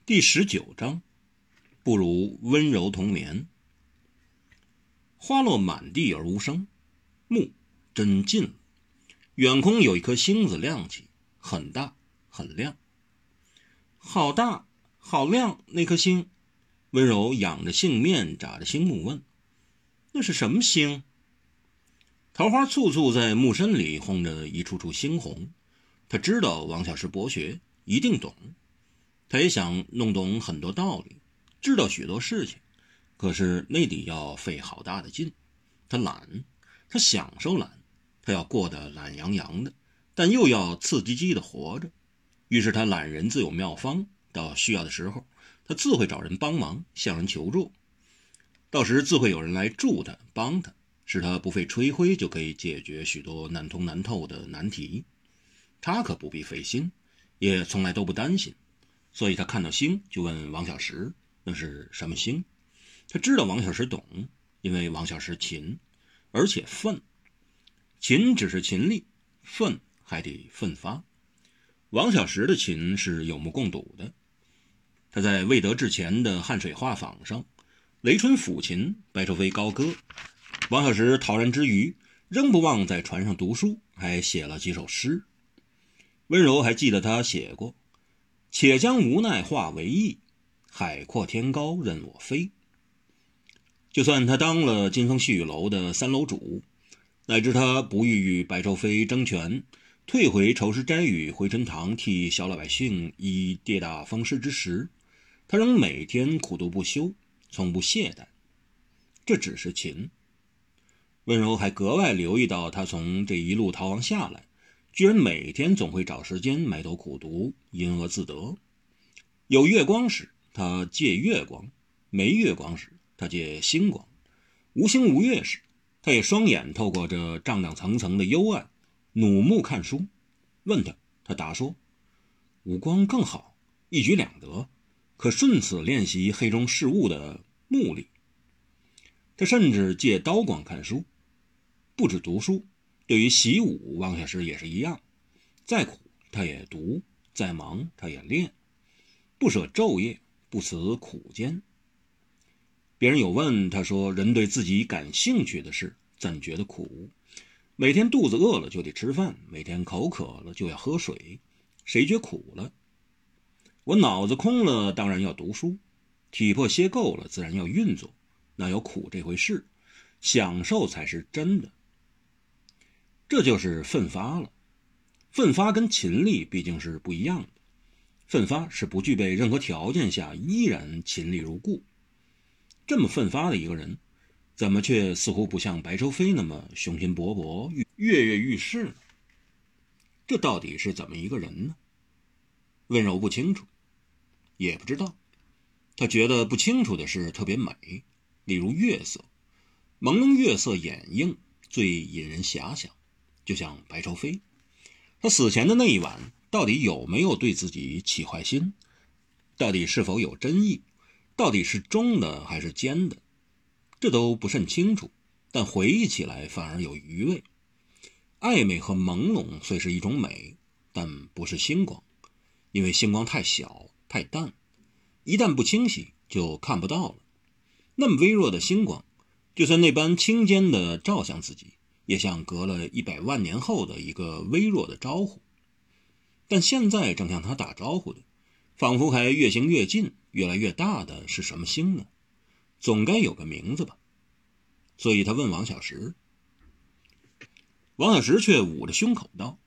第19章，不如温柔同眠。花落满地而无声，暮真近了。远空有一颗星子亮起，很大很亮。好大好亮那颗星，温柔仰着杏面眨着星目问，那是什么星？桃花簇簇在木身里烘着一处处猩红。他知道王小石博学，一定懂。他也想弄懂很多道理，知道许多事情，可是那得要费好大的劲。他懒，他享受懒，他要过得懒洋洋的，但又要刺激激的活着。于是他懒人自有妙方，到需要的时候，他自会找人帮忙，向人求助。到时自会有人来助他，帮他，使他不费吹灰就可以解决许多难通难透的难题。他可不必费心，也从来都不担心。所以他看到星就问王小石那是什么星。他知道王小石懂，因为王小石勤，而且奋。勤只是勤力，奋还得奋发。王小石的勤是有目共睹的。他在未得志前的汉水画舫上，雷春抚琴，白愁飞高歌。王小石陶然之余，仍不忘在船上读书，还写了几首诗。温柔还记得他写过，且将无奈化为意，海阔天高任我飞。就算他当了金风细雨楼的3楼主，乃至他不欲与白愁飞争权，退回仇师斋语回春堂替小老百姓以跌打风湿之时，他仍每天苦读不休，从不懈怠。这只是勤。温柔还格外留意到他从这一路逃亡下来，居然每天总会找时间埋头苦读，因而自得。有月光时他借月光，没月光时他借星光，无星无月时他也双眼透过这障障层层的幽暗，努目看书。问他答说，无光更好，一举两得，可顺此练习黑中视物的目力。他甚至借刀光看书。不止读书，对于习武，王小石也是一样，再苦他也读，再忙他也练，不舍昼夜，不辞苦艰。别人有问他说，人对自己感兴趣的事怎觉得苦？每天肚子饿了就得吃饭，每天口渴了就要喝水，谁觉苦了？我脑子空了当然要读书，体魄歇够了自然要运作，哪有苦这回事？享受才是真的。这就是奋发了。奋发跟勤力毕竟是不一样的。奋发是不具备任何条件下依然勤力如故。这么奋发的一个人，怎么却似乎不像白愁飞那么雄心勃勃，跃跃欲试呢？这到底是怎么一个人呢？温柔不清楚，也不知道。他觉得不清楚的是特别美，例如月色，朦胧月色掩映，最引人遐想。就像白愁飞，他死前的那一晚到底有没有对自己起坏心？到底是否有真意？到底是忠的还是奸的？这都不甚清楚，但回忆起来反而有余味。暧昧和朦胧虽是一种美，但不是星光，因为星光太小太淡，一旦不清晰就看不到了。那么微弱的星光，就算那般清尖的照向自己，也像隔了100万年后的一个微弱的招呼。但现在正向他打招呼的，仿佛还越行越近，越来越大的是什么星呢？总该有个名字吧。所以他问王小石。王小石却捂着胸口道，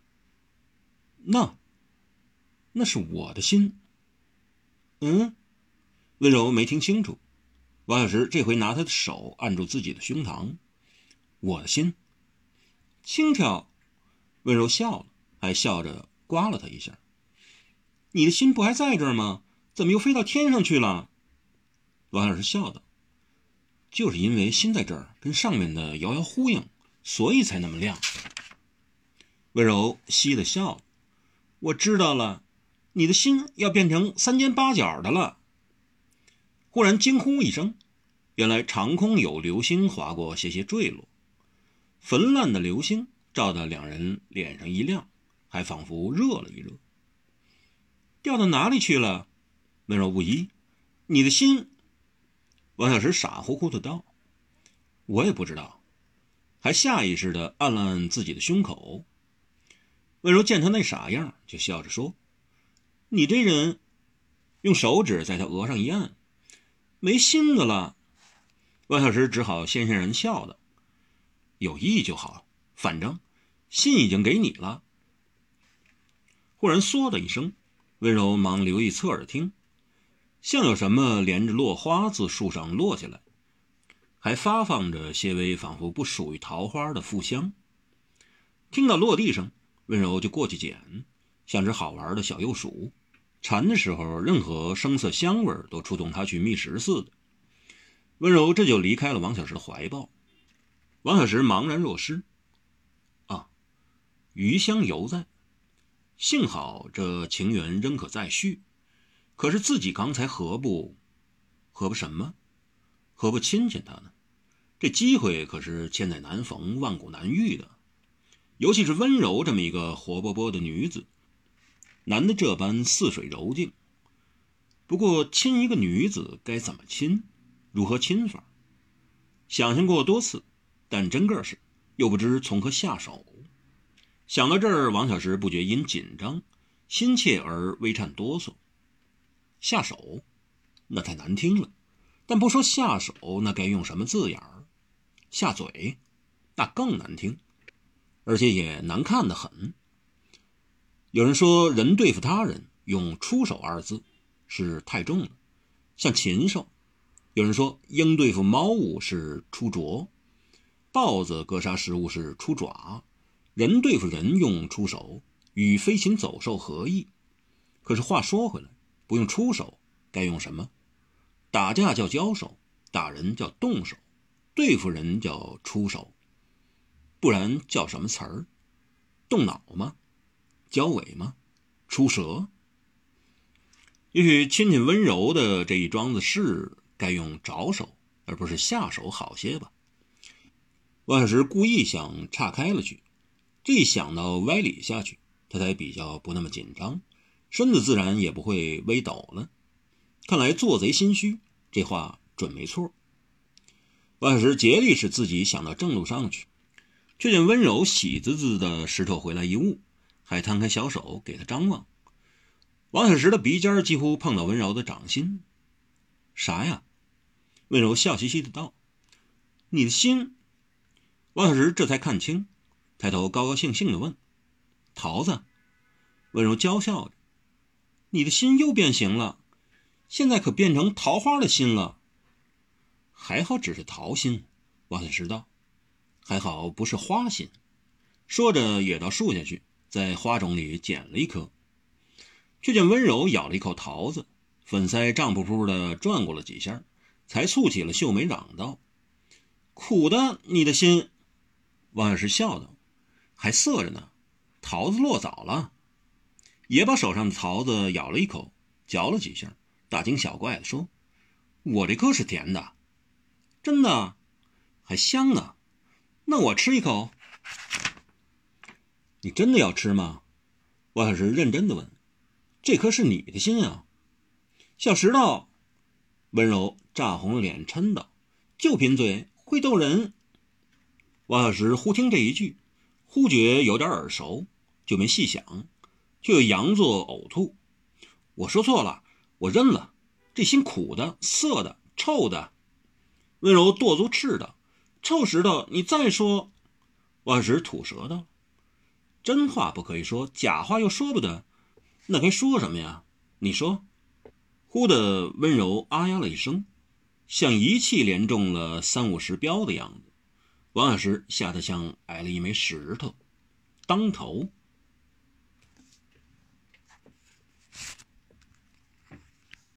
那是我的心。温柔没听清楚。王小石这回拿他的手按住自己的胸膛。我的心。轻巧。温柔笑了，还笑着刮了他一下。你的心不还在这儿吗？怎么又飞到天上去了？王小石笑道，就是因为心在这儿，跟上面的遥遥呼应，所以才那么亮。温柔嘻的笑了，我知道了，你的心要变成3尖8角的了。忽然惊呼一声，原来长空有流星划过，斜斜坠落。焚烂的流星照得两人脸上一亮，还仿佛热了一热。掉到哪里去了？ 温柔不依，你的心。王小石傻乎乎的道：我也不知道，还下意识的按了按自己的胸口。温柔见他那傻样，就笑着说：你这人，用手指在他额上一按，没心的了。王小石只好潸潸然笑道：有意就好，反正信已经给你了。忽然嗦的一声，温柔忙留意侧耳听，像有什么连着落花自树上落下来，还发放着些微仿佛不属于桃花的馥香。听到落地声，温柔就过去捡，像只好玩的小幼鼠，馋的时候任何声色香味都触动他去觅食似的。温柔这就离开了王小石的怀抱。王小石茫然若失，余香犹在，幸好这情缘仍可再续。可是自己刚才何不什么？何不亲亲他呢？这机会可是千载难逢，万古难遇的。尤其是温柔这么一个活泼泼的女子，难得这般似水柔静。不过亲一个女子该怎么亲，如何亲法，想象过多次，但真个是又不知从何下手。想到这儿，王小石不觉因紧张心切而微颤哆嗦。下手那太难听了，但不说下手，那该用什么字眼儿？下嘴那更难听，而且也难看得很。有人说人对付他人用出手二字是太重了，像禽兽。有人说鹰对付猫物是出啄，豹子格杀食物是出爪，人对付人用出手与飞禽走兽何异？可是话说回来，不用出手该用什么？打架叫交手，打人叫动手，对付人叫出手，不然叫什么词儿？动脑吗？交尾吗？出舌？也许亲亲温柔的这一桩子事该用着手而不是下手好些吧。王小石故意想岔开了去，这一想到歪理下去，他才比较不那么紧张，身子自然也不会微抖了。看来做贼心虚，这话准没错。王小石竭力使自己想到正路上去，却见温柔喜滋滋的石头回来一物，还摊开小手给他张望。王小石的鼻尖几乎碰到温柔的掌心。啥呀？温柔笑嘻嘻的道：你的心。王小石这才看清，抬头高高兴兴的问：桃子？温柔娇笑着：你的心又变形了，现在可变成桃花的心了。还好只是桃心，王小石道，还好不是花心。说着也到树下去，在花种里捡了一颗。却见温柔咬了一口桃子，粉腮胀扑扑的转过了几下，才蹙起了秀眉嚷道：苦的你的心。王小石笑道：还涩着呢，桃子落早了。也把手上的桃子咬了一口，嚼了几下，大惊小怪的说：我这颗是甜的。真的？还香呢。那我吃一口。你真的要吃吗？王小石认真的问。这颗是你的心啊。小石头。温柔炸红了脸嗔道：就贫嘴，会逗人。王小石忽听这一句，忽觉有点耳熟，就没细想，却又佯作呕吐。我说错了，我认了，这心苦的、涩的、臭的。温柔跺足斥道：臭石头，你再说。王小石吐舌头：真话不可以说，假话又说不得，那该说什么呀？你说。忽的温柔啊呀了一声，像一气连中了30-50镖的样子。王小石吓得像挨了一枚石头当头。